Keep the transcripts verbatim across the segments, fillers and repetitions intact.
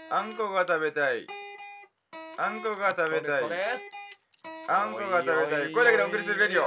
あんこが食べたい。あんこが食べたい。 それそれあんこが食べたい。これだけでお送りするレディオ。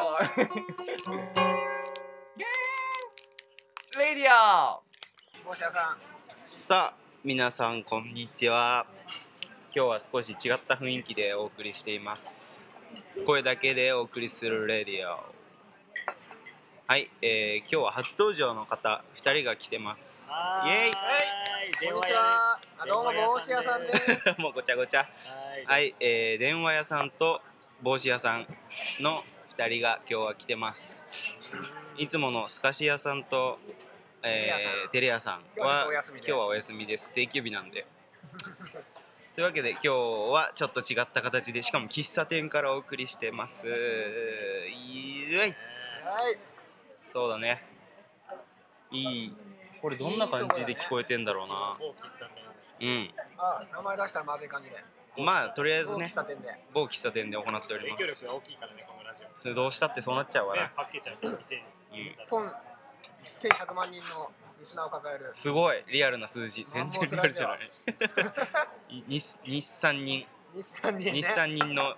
レディオ帽子屋さん。 さあ皆さんこんにちは。今日は少し違った雰囲気でお送りしています。声だけでお送りするレディオ。はい、えー、今日は初登場の方ふたりが来てます。イエイ。 こんにちは。あ、どうも帽子屋さんです。 もうごちゃごちゃ。はい、えー、電話屋さんと帽子屋さんのふたりが今日は来てます。いつものすかし屋さんと、えー、テレ屋さんは今日はお休みです。定休日なんで。というわけで今日はちょっと違った形で、しかも喫茶店からお送りしてます。いい、はい、そうだね。いい。これどんな感じで聞こえてんだろうな。うん。 あ、名前出したらまずい感じで。 まあとりあえずね、 某喫茶店で某喫茶店で行っております。 影響力が大きいからね、このラジオ。 それどうしたってそうなっちゃうわな。 パッケージは店に。 トンせんひゃくまん人のリスナーを抱える。 すごいリアルな数字。全然リアルじゃない。日日産人。 日産人ね。 日産人の。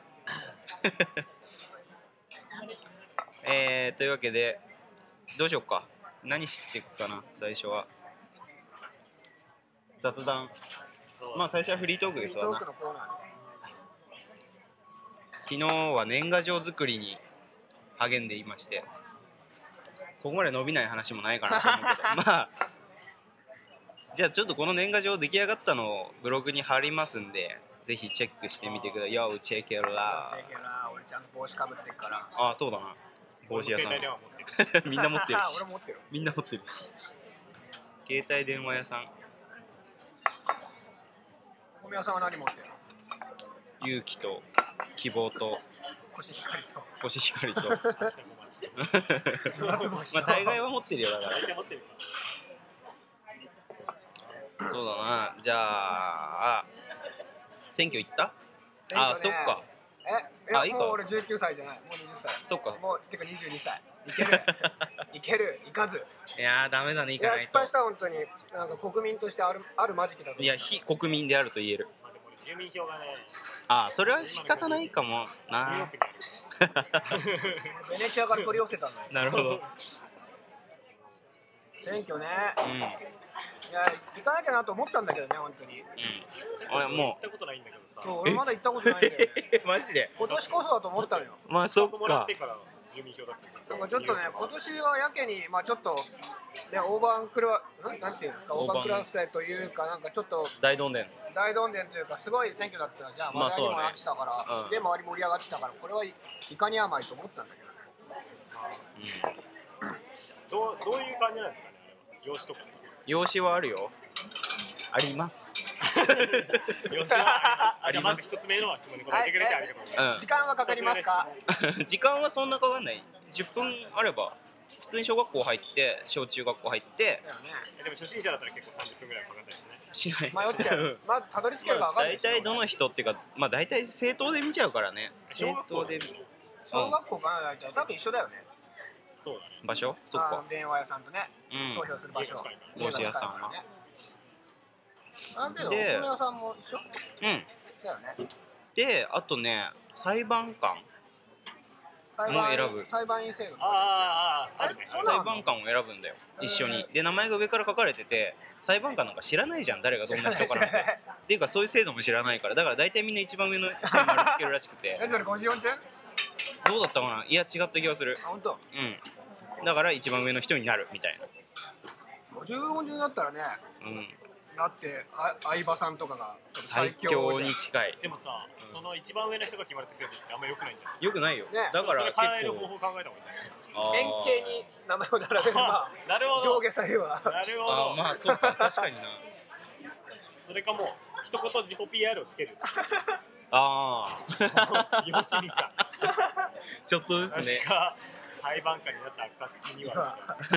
えーというわけでどうしよっか。何していくかな。最初は雑談。まあ最初はフリートークですわな。昨日は年賀状作りに励んでいまして、ここまで伸びない話もないかなと思うけどまあじゃあちょっとこの年賀状出来上がったのをブログに貼りますんで、ぜひチェックしてみてください。Yo, check it out。 俺ちゃんと帽子かぶってるから。 ああ、そうだな。帽子屋さんみんな持ってるし俺持ってる。 みんな持ってるし。携帯電話屋さん。 小宮さんは何持ってるの？ 勇気と希望とコシヒカリとコシヒカリとまあ大概は持ってるよ。だからそうだな。じゃあ選挙行った？あ、そっか。 え、あ、いいか。もう俺じゅうきゅうさいじゃない。もうにじゅっさい。 そっか。 もうてかにじゅうにさい。いける。いける。いかず。 いやーダメだね。いかないと。 いや失敗した本当に。なんか国民としてあるあるまじきだと。 いや非国民であると言える。 住民票がね。 ああ、それは仕方ないかもな。 ベネチアから取り寄せたんだよ。 なるほど。 選挙ね。 うん。 いや行かなきゃなと思ったんだけどね、本当に。うん。 俺もう行ったことないんだけどさ。 そう、俺まだ行ったことないんだよね。 マジで。 今年こそだと思ったのよ。 まあそっか。 住民票だった。 なんかちょっとね、今年はやけにまあちょっとね、大盤クラなんていうんですか、大盤クラスというか、なんかちょっと大どんでん。 大どんでんというかすごい選挙だったら、じゃあ話題にもなってたから、すげえ周り盛り上がってたから、これはいかに甘いと思ったんだけどね。 どうどういう感じなんですかね。用紙とかさ。 用紙はあるよ。あります。 用紙はあります。まず一つ目の質問に答えてくれてありがとうございます。 時間はかかりますか？ 時間はそんなかかんない。じゅっぷんあれば普通に小学校入って小中学校入って。 でも初心者だったら結構さんじゅっぷんぐらいかかったりしてね。 しない。 迷っちゃう。まあたどり着けるか分かんない。 大体どの人っていうか、まあ大体政党で見ちゃうからね。政党で。 小学校かな、大体多分一緒だよね。 そうだね。 場所？そっか。 電話屋さんとね。投票する場所。 帽子屋さんは。 なんで、お米屋さんも一緒？ うん。 だよね。 で、あとね、裁判官も選ぶ。 裁判員制度。 ああ、あるね。 裁判官を選ぶんだよ。一緒に。で、名前が上から書かれてて、裁判官なんか知らないじゃん。誰がどんな人かなんて。っていうか、そういう制度も知らないから。だから大体みんな一番上の人に丸つけるらしくて。 え、それごじゅうよん中？ どうだったかな。いや、違った気がする。 あ、本当。 うん。だから一番上の人になるみたいな。 ごじゅうよん中だったらね。うん。だって相葉さんとかが最強に近い。 でもさ、うん、その一番上の人が決まるって制度ってあんま良くないんじゃん。 良くないよ。 ね、 だから結構変える方法考えた方がいい。 円形に名前を並べればなるほど。 上下左右は。 なるほど。 あ、まあそうか、確かにな。 それかもう一言自己 ピーアール をつける。 ああ。 用紙にさ。 ちょっとずつね。 私が裁判官になった暁には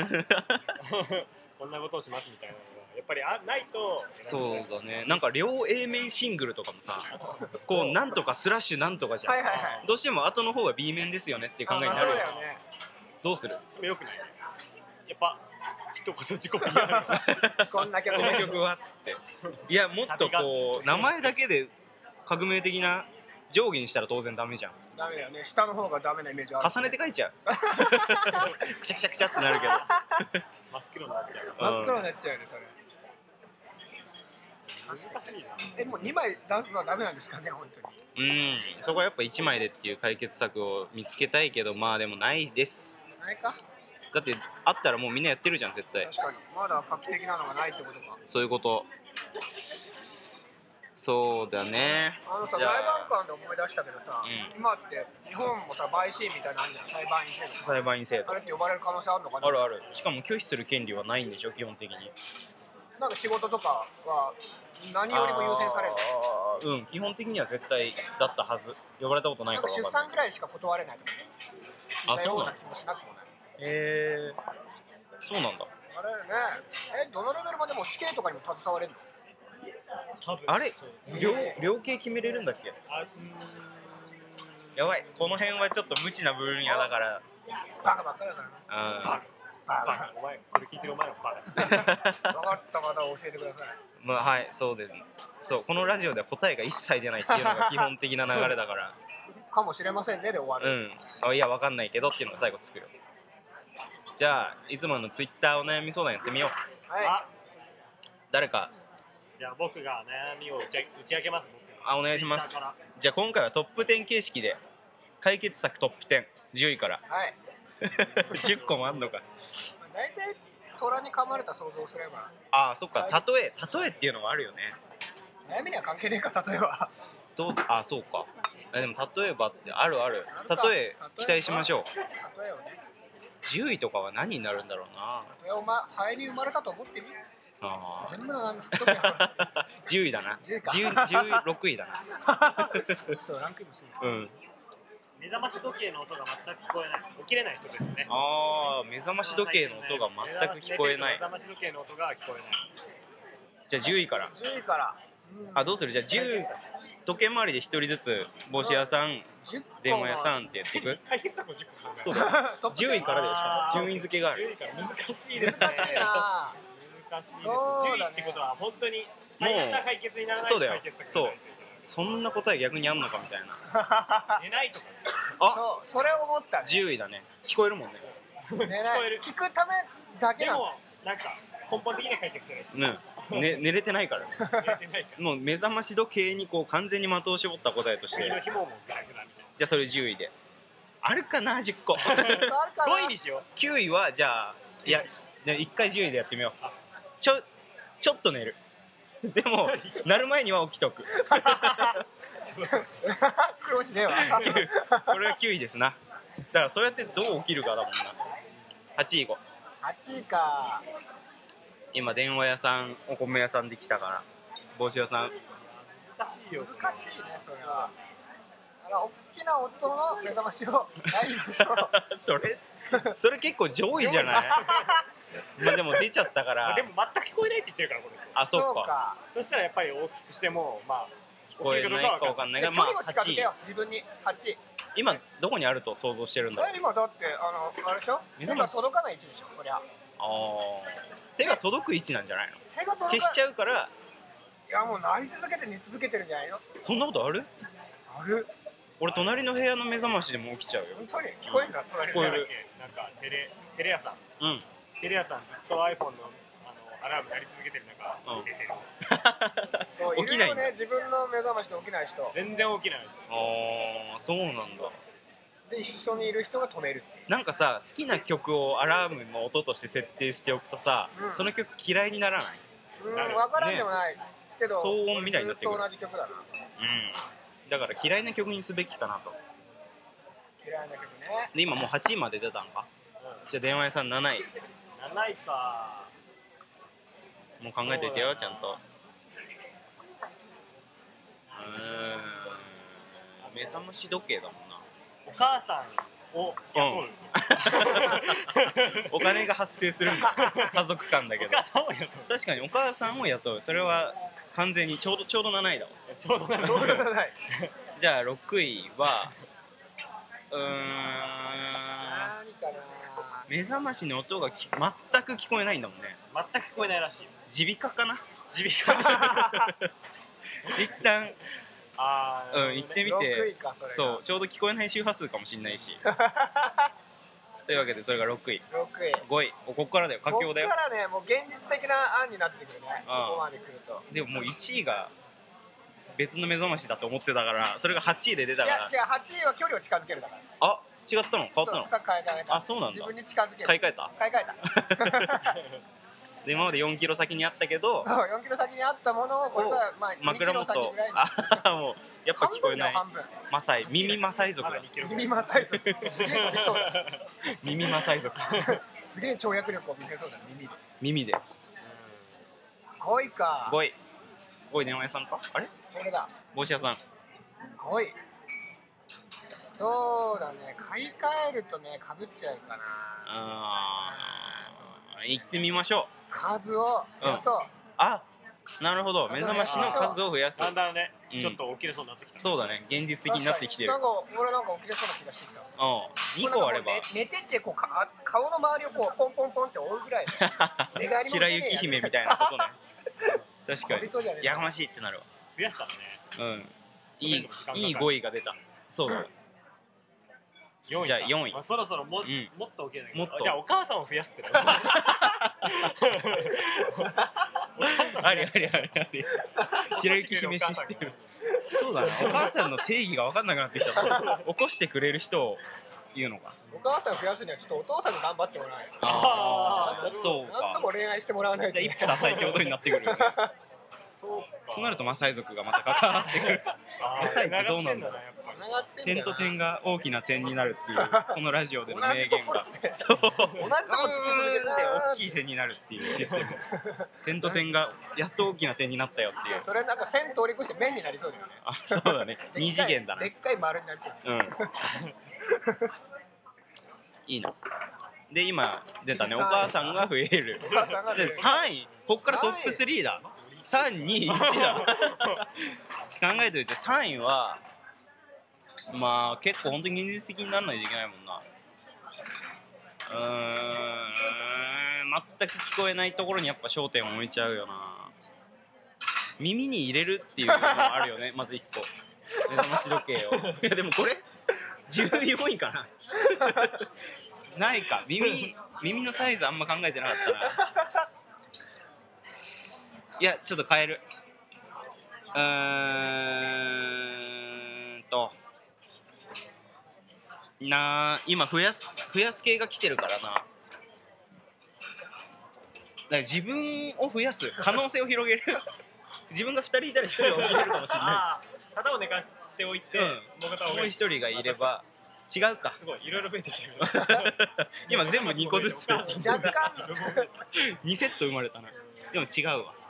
こんなことをしますみたいな。やっぱりあないと。 そうだね。なんか両 A 面シングルとかもさ、こうなんとかスラッシュなんとかじゃん。 はいはいはい、 どうしても後の方は B 面ですよねっていう考えになるよ。 ね、 どうする？ それよくない。やっぱ一言自己 ピーアールこんな曲この曲はっつっていやもっとこう名前だけで革命的な定規にしたら当然ダメじゃん。 ダメだよね。下の方がダメなイメージある。 重ねて書いちゃうくしゃくしゃくしゃってなるけど真っ黒になっちゃう。 真っ黒になっちゃうよねそれ。 難しいな。 えもうにまい出すのはダメなんですかね本当に。 うんそこはやっぱいちまいでっていう解決策を見つけたいけどまあでもないです。 ないか。 だってあったらもうみんなやってるじゃん絶対。 確かにまだ画期的なのがないってことか。 そういうことそうだね。 あのさじゃあ裁判官で思い出したけどさ、 うん今って日本もさ陪審みたいなのあるじゃん裁判員制度とか。 裁判員制度あれって呼ばれる可能性あるのかな。 あるある。しかも拒否する権利はないんでしょ基本的に。 なんか仕事とかは何よりも優先される。 あーうん基本的には絶対だったはず。呼ばれたことないなんか出から分かんない。 産ぐらいしか断れないとか。 あそうなのな気もしなくもない。 へえー、そうなんだ。 あれね。えどのレベルまでも死刑とかにも携われるの？ 多分あれそう量量刑決めれるんだっけ。 あうやばいこの辺はちょっと無知な分野だから。 バカばっかりだからね。 うんバカババカお前これ聞いてるお前はバカカ。分かった方は教えてください。 まあはいそうです。そうこのラジオでは答えが一切出ないっていうのが基本的な流れだからかもしれませんねで終わうる。 んあいやわかんないけどっていうのが最後作る。じゃあいつものツイッターお悩み相談やってみよう。 はい。 あ誰かじゃあ僕が悩みを打ち打ち明けます僕があお願いします。 Twitter からじゃあ今回はトップじゅう形式で解決策トップじゅうじゅういからはい。 じゅっこもあんのか。 大体虎に噛まれた想像すればああそっか例え例えっていうのもあるよね。 悩みには関係ねえか例えば。 どうあそうかえでも例えばってあるある。例え期待しましょう。 例えをね。 じゅういとかは何になるんだろうな。 例えお前ハエに生まれたと思ってみ。 あ全部の悩み吹っ飛ぶやじゅういだな。 じゅういかじゅうじゅうろくいだな。 ろ。そうランクインもする。 うん目覚まし時計の音が全く聞こえない起きれない人ですね。 ああ目覚まし時計の音が全く聞こえない。 目覚まし時計の音が聞こえない。 じゃあじゅういからじゅういから。 あどうするじゃあじゅう時計回りでひとりずつ帽子屋さんじゅっこ電話屋さんってやっていく。 解決策をじゅっこ考える。 そうだトップじゅういからでしあーょ順位付けがあじゅうる。 いから難しいですね。 難しいな。 難しいですね。 そうだねじゅういってことは本当に大した解決にならないそうだよ解決策がないといけない。 そんな答え逆にあんのかみたいな。 寝ないとかあそうそれを思ったね。 じゅういだね聞こえるもんね。 寝ない聞こえる聞くためだけなの。 でもなんか根本的には解決してない。 うん、ね、寝れてないからね。 寝れてないから。 もう目覚まし時計にこう完全に的を絞った答えとして次の日ももうガラガラみたいじゃあそれじゅういであるかなじゅっこあるかな。 な。 ごいにしよきゅういはじゃあいやいっかいじゅういでやってみよう。ちょちょっと寝るでもなる前には起きとく苦労しねえわ。 これはきゅういですな。だからそうやってどう起きるかだもんな。はちいこはちいか。 今電話屋さんお米屋さんで来たから帽子屋さんう。難しいよ。 難しいねそれは。あら大きな音の目覚ましをないんでしょう。 それそれ結構上位じゃないまあでも出ちゃったからでも全く聞こえないって言ってるからこの人。 あそっかそうか。 そしたらやっぱり大きくしてもまあ聞こえないかわかんないが距まあ離を近づはちいけよう自分にはちい。 今どこにあると想像してるんだろう。 え今だってあのあれでしょ。手目覚ましが届かない位置でしょそりゃ。 あー手が届く位置なんじゃないの。 手が届か消しちゃうからいやもうなり続けて寝続けてるんじゃないの。 そんなことある。 ある。 俺隣の部屋の目覚ましでも起きちゃうよ。 本当に聞こえるんだ隣聞こえるなんかテレテレ屋さんうんテレ屋さんずっと iPhone のあのアラーム鳴り続けてる中、 うん寝てる。 そう起きないんだるよね自分の目覚ましで起きない人全然起きないです。 あーそうなんだ。 で一緒にいる人が止めるっていう。 なんかさ好きな曲をアラームの音として設定しておくとさ、 うんその曲嫌いにならない。 うんなる分からんでもない、けど騒音みたいになってくるずっと同じ曲だな。 うんだから嫌いな曲にすべきかなと。 嫌いな曲ね。 で今もうはちいまで出たんか。じゃあ電話屋さんなないなないか。 もう考えといてよちゃんと。うーん目覚まし時計だもんな。 お母さんを雇う。 お金が発生するんだ家族間だけどお母さんを雇う。 確かにお母さんを雇うそれは完全にちょうどちょうどなないだわ。 ちょうどなるどうでもない。 じゃあろくいはうーん何かな。 目覚ましの音がき全くく聞こえないんだもんね。 全く聞こえないらしいよ。 耳鼻科かな。 耳鼻科一旦あー、 うん行ってみろくていかそれがそうちょうど聞こえない周波数かもしれないしというわけでそれがろくい。 ろくいごいおここからだよ、佳境だよ。 こっからねもう現実的な案になってくるね、そこまで来ると。 でももういちいが別の目覚ましだと思ってたから、それがはちいで出たいから。 や違う、はちいは距離を近づけるだから。 あ、違ったの？変わったの？ さっき変えた変えた。 あ、そうなんだ。 自分に近づける。 買い替えた？ 買い替えた。 で今までよんキロ先にあったけどそうよんキロ先にあったものをこれがまあにキ枕ロ先元ぐらいに。 あもうやっぱ聞こえない。 半分よマサイ、耳マサイ族だ。 耳マサイ族。すげえ飛びそうだ。 耳マサイ族。 すげえ跳躍力を見せそうだ耳で。 耳で。 ごいか。 ごい。ごい電話屋さんか？あれ？ これだ。 帽子屋さん。 ごい。そうだね。買い替えるとね被っちゃうかな。 あー行ってみましょう。 数を増やそう。 あ、なるほど。目覚ましの数を増やす。 だんだんね、 うんちょっと起きれそうになってきた。 そうだね。現実的になってきてる。 なんか俺なんか起きれそうな気がしてきた。 うん。にこあれば。 これなんかもう寝寝ててこうか顔の周りをこうポンポンポンって追うぐらいで。寝返りも白雪姫みたいなことね。確かに。 小人じゃねえやかましいってなるわ。 増やしたらね。 うん。いいいいごいが出た。そうだ。 よんいか。 じゃあよんいまあそろそろも、 うんもっと起きれないけど。 もっとじゃあお母さんを増やすっての。 ありありありあり。白雪姫システム。そうだな。お母さんの定義が分かんなくなってきた。起こしてくれる人を言うのか。 お母さんを増やすにはちょっとお父さんに頑張ってもらえ。 あーそうか。 何度も恋愛してもらわないとい一けない。 夫多妻ってことになってくるよね。 そうか。 そうなるとマサイ族がまた関わってくる。 あーマサイってどうなんだろう繋がってんだなやっぱり繋がってんだよな点と点が大きな点になるっていうこのラジオでの名言同じところが。 でそう。 同じとこ突き続けて大きい点になるっていうシステム。点と点がやっと大きな点になったよっていう。 それなんか線通り越して面になりそうだよね。 あ、そうだね。二次元だなで。っかい丸になりそう。 うん。いいな。で今出たね。お母さんが増える。 お母さんがでさんい。こっからトップスリーだ。さん、に、いちだ。考えておいてさんいはまあ結構本当に現実的にならないといけないもんな。うーん。全く聞こえないところにやっぱ焦点を置いちゃうよな。耳に入れるっていうのもあるよね。まずいっこ。目覚まし時計を。いやでもこれじゅうよんいかな。ないか。耳耳のサイズあんま考えてなかったな。いやちょっと変える。うーんとなあ今増やす増やす系が来てるからな。だから自分を増やす可能性を広げる。自分がふたりいたらひとりは起きれるかもしれないあー旗を寝かしておいて、 うんもう片しもう方がひとりがいれば違うか。 すごいいろいろ増えてきてる。 今全部にこずつ若干にセット生まれたな。でも違うわ。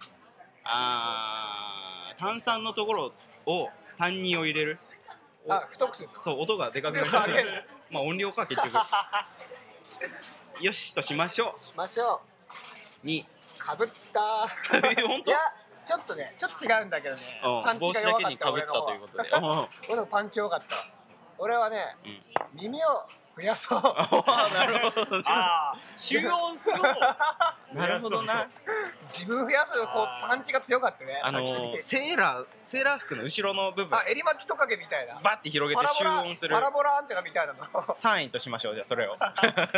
あー炭酸のところを単にを入れる。 あ、太くする。 そう音がでかくなる。まあ音量か結局。よしとしましょしましょう。にう。かぶった。 え本当いや、ちょっとね、ちょっと違うんだけどね。パンチ帽子だが弱かったけにかぶったということで。うん俺のパンチ弱かった。俺はね、耳を増やそう。 あなるほど。 ああ集音する方。 なるほどな。 自分増やすこうパンチが強かったね。 あの先にセーラーセーラー服の後ろの部分あ、襟巻きトカゲみたいな。 バッて広げて集音するパラボラアンテナみたいなの。 さんいとしましょう。じゃあそれをあ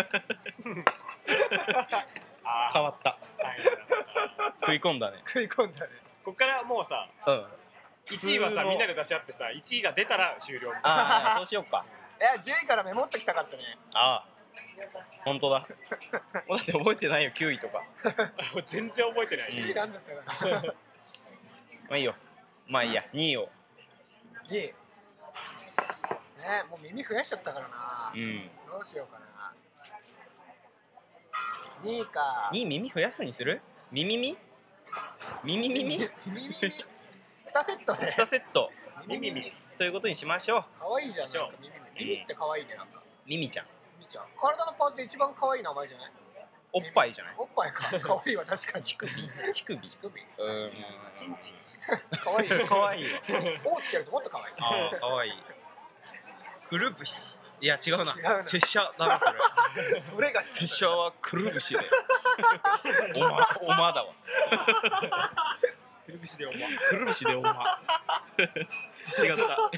変わった最後だった食い込んだね。 食い込んだね。 こっからもうさうんいちいはさ普通のみんなで出し合ってさいちいが出たら終了みたいな。 ああそうしようか。 いや、じゅういからメモっときたかったね。 ああ本当だ。だって覚えてないよきゅういとか。 全然覚えてない。 うんじゅういなんだったかな。 まあいいよ。まあいいやにいを。 いい。ね、もう耳増やしちゃったからな。 うんどうしようかな。にいか。 に耳増やすにする。耳耳耳耳耳耳。にセットで。 にセット耳耳。 ということにしましょう。 可愛いじゃん。なんか耳耳。耳って可愛いねなんか。 耳ちゃん耳ちゃん。体のパーツで一番可愛い名前じゃない？ おっぱいじゃない。 おっぱいか。可愛いわ確かに。 乳首乳首乳首。 うーんチンチン。 可愛い。 かわいいわ。 おをつけるともっと可愛い。 ああかわいい。くるぶしいや違うな違うな拙者だなそれそれが拙者はくるぶしでおまおまだわくるぶしでおまくるぶしでおま違った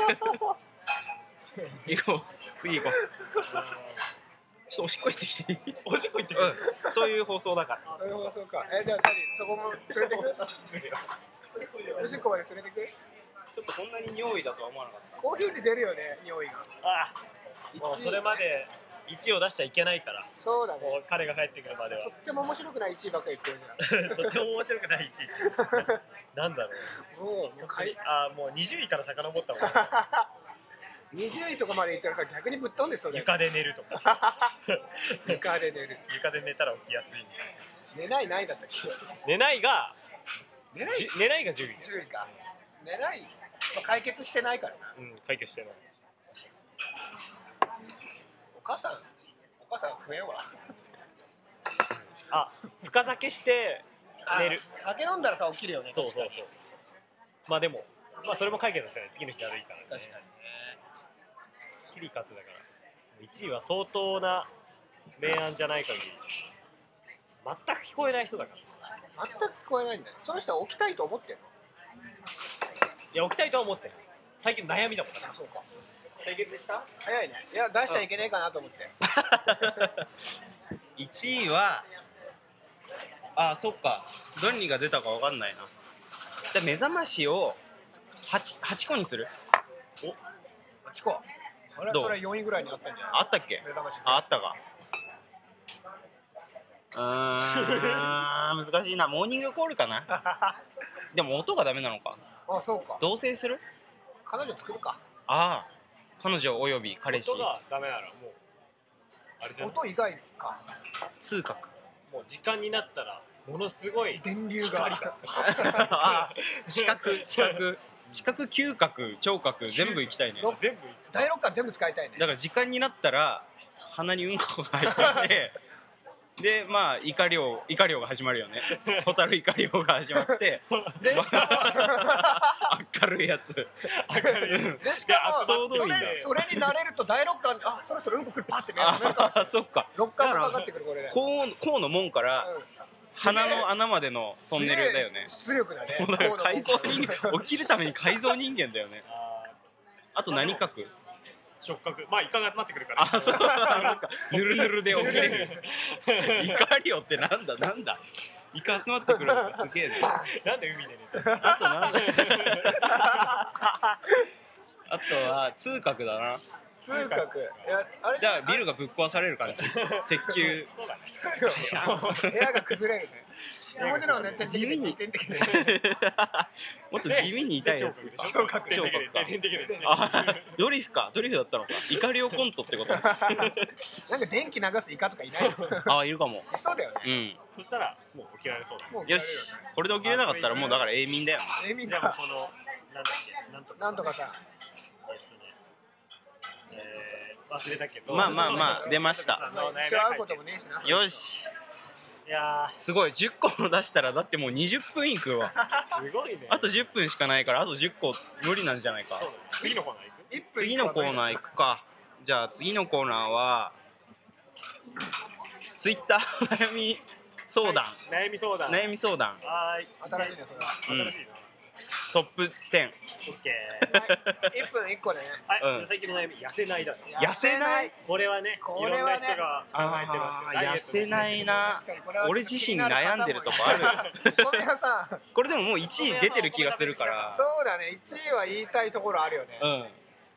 行こう次行こうちょっとおしっこ行ってきていいおしっこ行ってくる、 うん、そういう放送だからそういうそうかえじゃあ何そこも連れてくおしっこまで連れてくちょっとこんなに尿意だとは思わなかったコーヒーって出るよね匂いがああもうそれまでいちいを出しちゃいけないからそうだねもう彼が帰ってくるまではとっても面白くないいちいばっかり言ってるじゃんとっても面白くないいちいなんだろうもうもうかいあもうにじゅういから遡ったもんにじゅういとかまで行ったらさ逆にぶっ飛んでそうだよ床で寝るとか床で寝る床で寝たら起きやすい寝ないないだったっけ寝ないが寝ないじ寝ないがじゅういじゅういか寝ない、まあ、解決してないからなうん解決してないお母さんお母さん不縁はあ深酒して寝るあ酒飲んだらさ起きるよねそうそうそうまあでもまあそれも解決してない次の日だるいから、ね、 確かにねキリカツだからいちいは相当な明暗じゃない限り全く聞こえない人だから全く聞こえないんだよその人は起きたいと思ってんのいや起きたいとは思ってる最近悩みだもんだからそうか解決した早いねいや出しちゃいけねえかなと思っていちいはあそっかどれが出たか分かんないなじゃあ目覚ましを 8, 8個にするおはちこあれどうそれよんいぐらいにあったんじゃないあったっけ目覚ましああったかうーん難しいなモーニングコールかなでも音がダメなのかあそうか同棲する彼女作るかああ彼女および彼氏音がダメならもうあれじゃん音以外か通覚もう時間になったらものすごい電流があ視覚視覚視覚嗅覚聴覚全部行きたいね全部第六感全部使いたいねだから時間になったら鼻にうんこが入ってきてでまあイカ漁イカ漁が始まるよねホタルイカ漁が始まってでしか明るいやつもでしかも総動員だそれそれに慣れると第六感あそろそろうんこ来るパッて目が覚めるかもしれないあそっか六感もかかってくるこれでこうこうの門からうん鼻の穴までのトンネルだよね出力だねもうだから改造人間起きるために改造人間だよねああと何書く触覚まあイカが集まってくるからあそうなんかぬるぬるで起きれるイカリオってなんだなんだイカ集まってくるのかすげえねなんで海で寝てるあとなんだあとは通覚だな通覚いやあれじゃあビルがぶっ壊される感じ鉄球そうだね部屋が崩れるねもちろんね地味に点々 もっと地味に痛いやつ聴覚聴覚か点々点々 あドリフかドリフだったのかイカリオコントってことなんか電気流すイカとかいないのあいるかもそうだよねうんそしたらもう起きられそうだもうよしこれで起きれなかったらもうだから永眠だよエミじゃあもうかこのなんだっけなんとかなんとかさえっとねえー忘れたけどまあまあまあ出ましたさんの悩み一緒会うこともねえしなよしいやすごいじゅっこも出したらだってもうにじゅっぷんいくわーすごいねあとじゅっぷんしかないからあとじゅっこ無理なんじゃないかそうだね次のコーナー行く一分次のコーナー行くかじゃあ次のコーナーはツイッター悩み相談、 悩み相談悩み相談はーい新しいねそれはうん新しいなトップテンオッケー一分一個ねはい、 うん最近の悩み痩せないだ痩せないこれはねこれはねいろんな人が考えてますよあーダイエットの痩せないな確かにこれは俺自身悩んでるとこあるこれはさこれでももういちい出てる気がするからそうだねいちいは言いたいところあるよねうん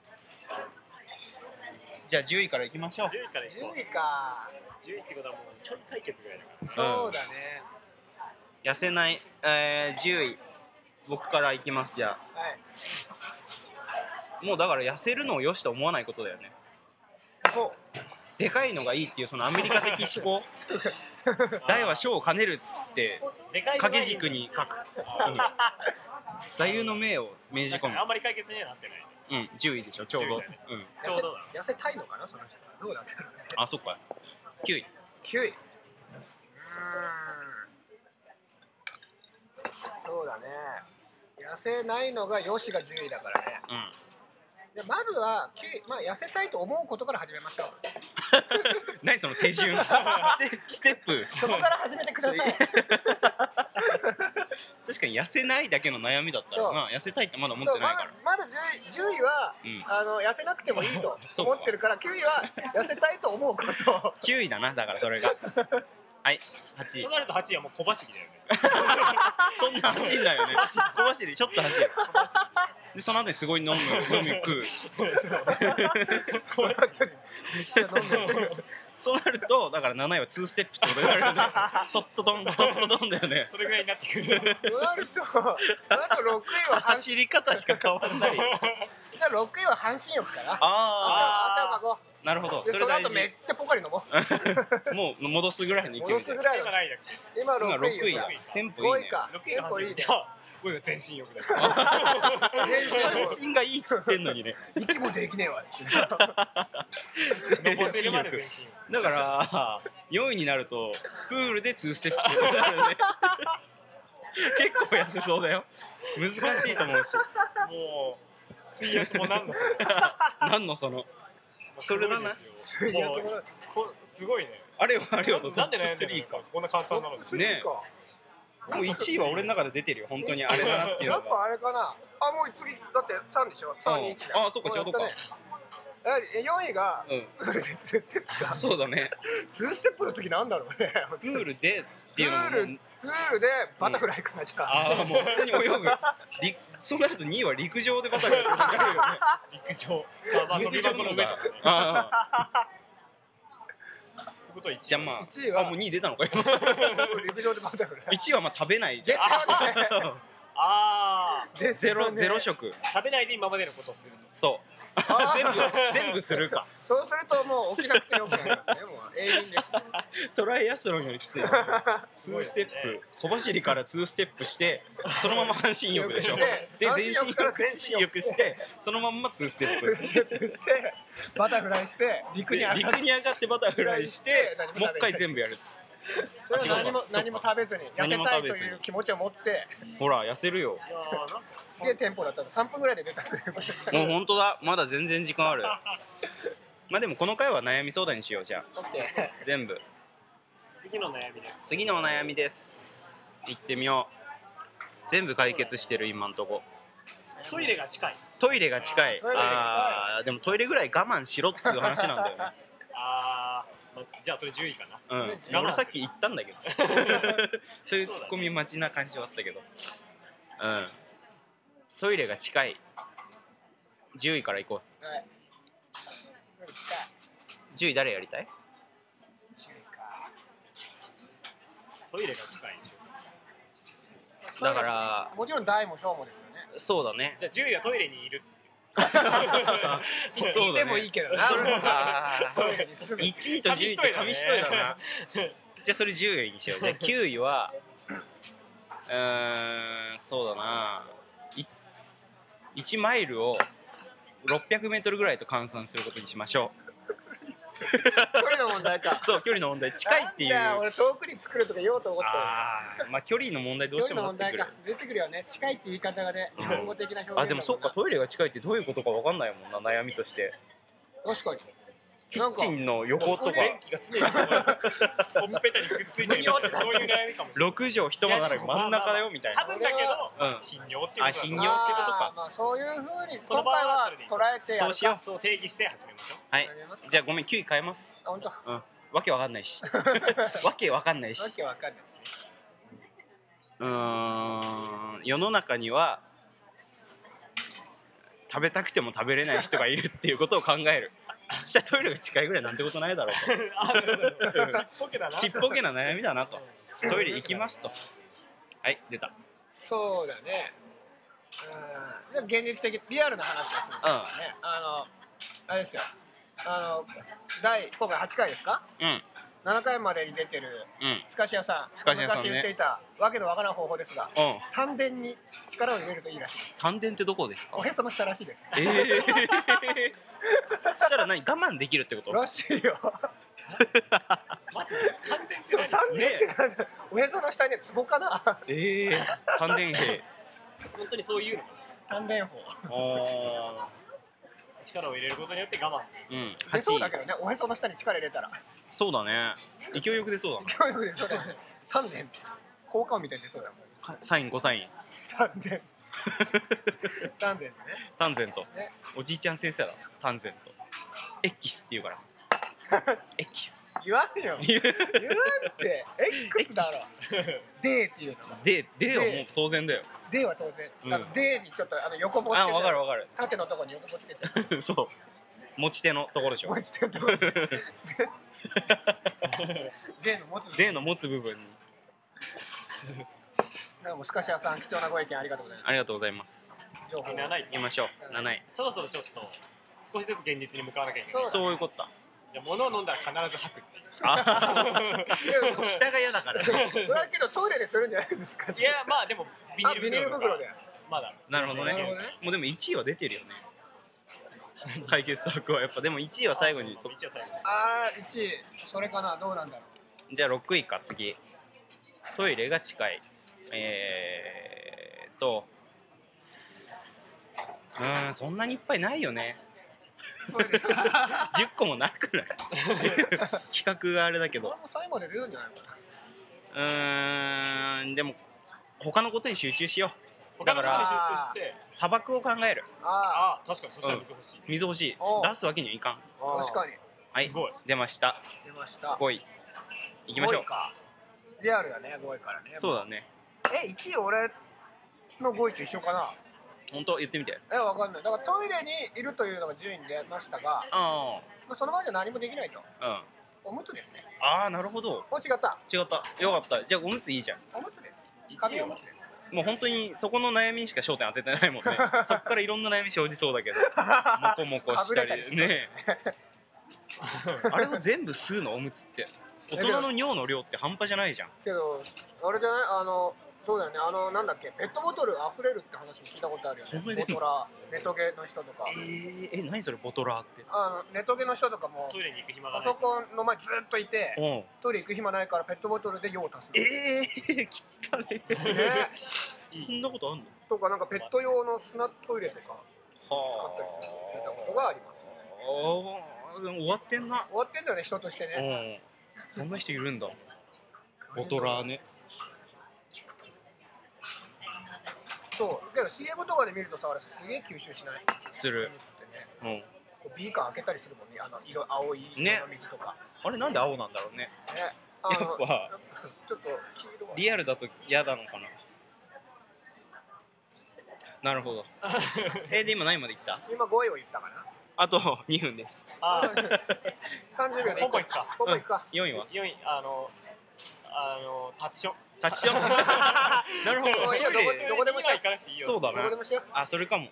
じゃあじゅういからいきましょうじゅういからいこうじゅういかじゅういってことはもうちょい解決ぐらいだからそうだね痩せない、えー、じゅうい僕からいきますじゃはいあもうだから痩せるのを良しと思わないことだよねこでかいのがいいっていうそのアメリカ的思考大は小を兼ねるってでかいのがいい掛け軸に書く、うん、座右の銘を明示込む確かにあんまり解決にはなってないうんじゅういでしょちょうど、 じゅういだねうんちょうどだ痩せたいのかなその人はどうだったのあそっかきゅういきゅういうーんそうだね痩せないのがよしがじゅういだからねうんでまずはきゅうい、まあ、痩せたいと思うことから始めましょう。 何その手順ステステップそこから始めてください。 確かに痩せないだけの悩みだったらな、痩せたいってまだ思ってないから。 まだ 10, じゅういは、うん、あの痩せなくてもいいと思ってるからきゅういは痩せたいと思うこときゅういだな、だからそれがはい、はちい。 となるとはちいはもう小走りだよね。 そんな走りだよね。小走りちょっと走る。でその後にすごい飲む飲む食う。そうなるとだからなないはツーステップってことになるよね。トットドントットドンだよね。 それぐらいになってくる。 そうなるとあとろくいは走り方しか変わらない。 じゃあろくいは半身浴かな。 ああ。 汗をかこう。 なるほど。 それ大事。その後めっちゃポカリ飲もう。もう戻すぐらいの勢いで。 戻すぐらいの。今ろくいだ。 テンポいいね。 ごいか。テンポいいね。 ごいが全身浴だよ。 全身がいいっつってんのにね。 息もできねえわ。 全身浴。だからよんいになるとプールでツーステップってなるね。結構痩せそうだよ。難しいと思うし。 もう水圧もなんのその。 なんのその。それだな。 水圧もすごいね。 あれよあれよとトップスリーか。こんな簡単なのですね。もういちいは俺の中で出てるよ、本当にあれだなっていうのが。 やっぱあれかな。あ、もう次だってさんでしょ。さんにいちだ。 あ、そっかちょうどか。 よんいがプールでツーステップか。 そうだね。 ツーステップの次なんだろうね。 プールでっていうのもプールプールでバタフライかなじゃあ。 ああ、もう普通に泳ぐ。そうなるとにいは陸上でバタフライになるよね。 陸上。まあ飛び箱の上とかね。 じゃあまあ、いちいはあもうにい出たのか今。 陸上でバタフライ。 いちいはまあ食べないじゃん。 ああ。 ゼロゼロ食。 食べないで今までのことをする。 そう。全部全部するか。 そうするともう起きなくてよくなりますね。もう永遠です。 トライアスロンよりきつい。ツーステップ、小走りからツーステップして、そのまま半身浴でしょ。で全身全身浴して、そのまんまツーステップ。 ツーステップしてバタフライして陸に陸に上がってバタフライして、もう一回全部やる。 それは何も何も食べずに痩せたいという気持ちを持って、 ほら痩せるよ。 すげえテンポだったらさんぷんぐらいで出た。 もう本当だ、まだ全然時間ある。まあでもこの回は悩み相談にしようじゃあ。全部。 次の悩みです。 次のお悩みです。行ってみよう。全部解決してる今んとこ。 トイレが近い。 トイレが近い。ああ、でもトイレぐらい我慢しろっていう話なんだよね。 ああ、じゃあそれじゅういかな。 うん。俺さっき言ったんだけど。そういうツッコミ待ちな感じはあったけど。うん。トイレが近い。じゅういからいこう。はい。じゅうい誰やりたい？ トイレが近いでしょ。だからもちろん大も小もですよね。 そうだね。 じゃあじゅういはトイレにいる。 そうでもいいけどな。 いちいとじゅういって紙一重だな。じゃあそれじゅういにしよう。じゃあきゅういはうーんそうだな。いちマイルをろっぴゃくメートルぐらいと換算することにしましょう。 距離の問題か。 そう距離の問題。近いっていう。 俺遠くに作るとか言おうと思った。 ああ、まあ距離の問題どうしてもなってくる。 出てくるよね。近いって言い方がね、日本語的な表現。 あでもそっか、トイレが近いってどういうことかわかんないもんな、悩みとして。 確かに。 キッチンの横とか電気が常にコンペタにくっついてるよってそういう悩みかもしれない。 ろくじょう一間なら真ん中だよみたいな。 多分だけど頻尿っていうこと。 あ頻尿ってことか。 まあそういう風に今回は捉えてそうしよう。 そう定義して始めましょう。 はい。じゃあごめんきゅうい変えます。 あ本当。 うん。わけわかんないし。わけわかんないし。 わけわかんないし。 うーん世の中には食べたくても食べれない人がいるっていうことを考える。したらトイレが近いぐらいなんてことないだろうと。 ちっぽけだな。 ちっぽけな悩みだなと。トイレ行きますと。はい出た。 そうだね。うん現実的リアルな話をするんですね。あのあれですよ。あの第今回はちかいですか？ うん。 ななかいまでに出てるスカシ屋さん、 スカシ屋さんね、 昔言っていたわけのわからない方法ですが、うん、丹田に力を入れるといいらしいです。 丹田ってどこですか？ おへその下らしいです。 ええー、したら何我慢できるってこと？ らしいよ。 まず丹田って何？ 丹田ってなんだ？おへその下にツボかな？ ええー、丹田兵。 本当にそういうの？ 丹田法。 あ力を入れることによって我慢する。 うん出そうだはちけどね、おへその下に力入れたらそうだね勢いよく出そうだな教育でそうだよね。丹田効果音みたいに出そうだもん。 かサインコサイン丹田丹田でね。 タンゼントねおじいちゃん先生だタンゼントエッキスって言うからエッキス言わんよ。言わんって X だろ。D っていうの。 でではもう当然だよ D は当然。 うんあの D にちょっとあの横棒つけあて。 分かる分かる縦のところに横棒つけちゃう。 そう持ち手のところでしょ持ち手のところに。D の持つ。 での持つ部分になんかもうスカシアさん貴重なご意見ありがとうございます。 ありがとうございます情報。 なない言いましょうなないそろそろちょっと少しずつ現実に向かわなきゃいけない。 そういうことだじゃあ物を飲んだら必ず吐くっていう。 あ下が嫌だからそれはけどトイレでするんじゃないですか。 いやまあでもビニールあビニール袋とか袋で。 まだなるほどねなるほどねもうでもいちいは出てるよね解決策はやっぱでもいちいは最後にと一応最後ああいちいそれかなどうなんだろじゃあろくいか次トイレが近いえーっとうーんそんなにいっぱいないよねう。トイレ。 じゅっこもなくない企画があれだけどこれも最後まで出るんじゃないかな。 うーんでも他のことに集中しようだから他のことに集中して砂漠を考えるあああ確かにそしたら水欲しい。 水欲しいおう出すわけにはいかんあ確かにはいすごい出ました出ました。 ごいいきましょうごいか。リアルだねごいからね。 そうだねえいちい俺のごいと一緒かな。 本当言ってみてえわかんない。だからトイレにいるというのが順位に出ましたが、 あまあその場合じゃ何もできないと。 あうんおむつですね。 ああなるほどお違った。 違ったよかったじゃあおむついいじゃんおむつです。紙おむつです。 もう本当にそこの悩みにしか焦点当ててないもんねそっからいろんな悩み生じそうだけどモコモコしたかぶれたりりしてるねあれを全部吸うのおむつって大人の尿の量って半端じゃないじゃんけどあれじゃないあのそうだよねあのなんだっけペットボトル溢れるって話も聞いたことあるよね。 そんなにボトラーネトゲの人とか。 えー、え何それボトラーってあのネトゲの人とかもトイレに行く暇がパないソコンの前ずっといてうんトイレ行く暇ないからペットボトルで用を足す。 ええー、汚ねねそんなことあんのとかなんかペット用の砂トイレとか使はったりする聞いたことがあります。 ああでも終わってんな終わってんだよね人としてね。 うんそんな人いるんだボトラーねそうけど シーエム とかで見るとさあれすげえ吸収しない。 するってねうんこうビーカー開けたりするもんねあの色青い色ねの水とか。 あれなんで青なんだろうねねあのやっぱちょっと黄色はリアルだと嫌なのかななるほどえで今何までいった今ごいを言ったかな。 あとにふんですああさんじゅうびょうでポンポンいくかポンポンいくか。 よんいはよんいあのあのタッチションタッチションなるほどもういいよトイレどこどこでもしよう今行かなくていいよ。 そうだなどこでもしよう。 あそれかも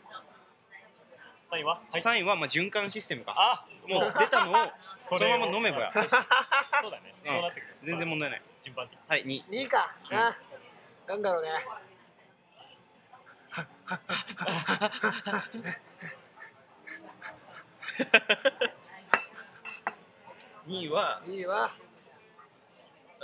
さんいははいさんいはまあ循環システムかあもう出たのをそのまま飲めばやそうだねうんそうなってくる全然問題ない順番的はいににいかうんな。なんだろうね。 にいはいいわ。 う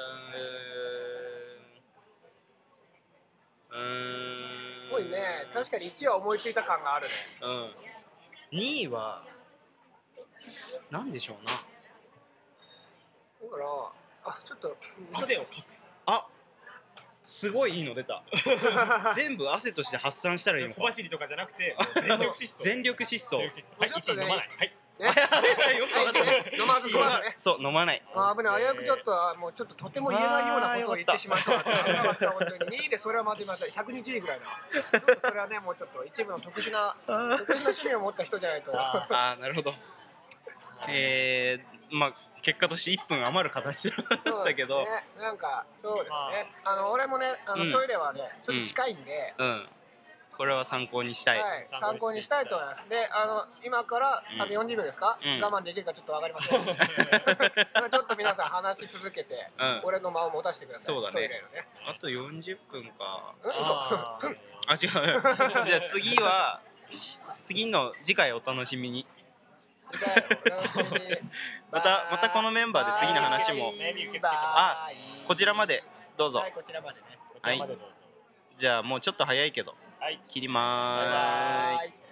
ーんうーんすごいね。確かにいちいは思いついた感があるね。 うんにいはなんでしょうなだからあちょっと汗をかくあすごいいいの出た全部汗として発散したらいいのか小走りとかじゃなくて全力疾走全力疾走全力疾走はいちょっとねいちい飲まないはいね。 よくわかんない飲まず食わずね。 そう飲まないあ危ない危うくちょっとあもうちょっととても言えないようなことを言ってしまいそうだった。危なかった本当ににいでそれはまずいまずいひゃくにじゅういぐらいだ。ちょっとそれはねもうちょっと一部の特殊な特殊な趣味を持った人じゃないと。 あああなるほどえー、まあ結果としていっぷん余る形だったけどそうですね、なんかそうですね。あの俺もねあの、 うんトイレはねちょっと近いんで、 うんこれは参考にしたい、 はい、参考にしたいと思います。であの今からうんあとよんじゅうびょうですか、 うん我慢できるかちょっとわかりません。だからちょっと皆さん話し続けて、 うん俺の間を持たせてください。 そうだねトイレのね。 あとよんじゅっぷんかうんあそうあ違うじゃあ次は次の次回お楽しみに次回お楽しみにまたまたこのメンバーで次の話も悩み受け付けてますあこちらまでどうぞはいこちらまでね。 こちらまでどうぞじゃあもうちょっと早いけどはい切りまーすバイバイ。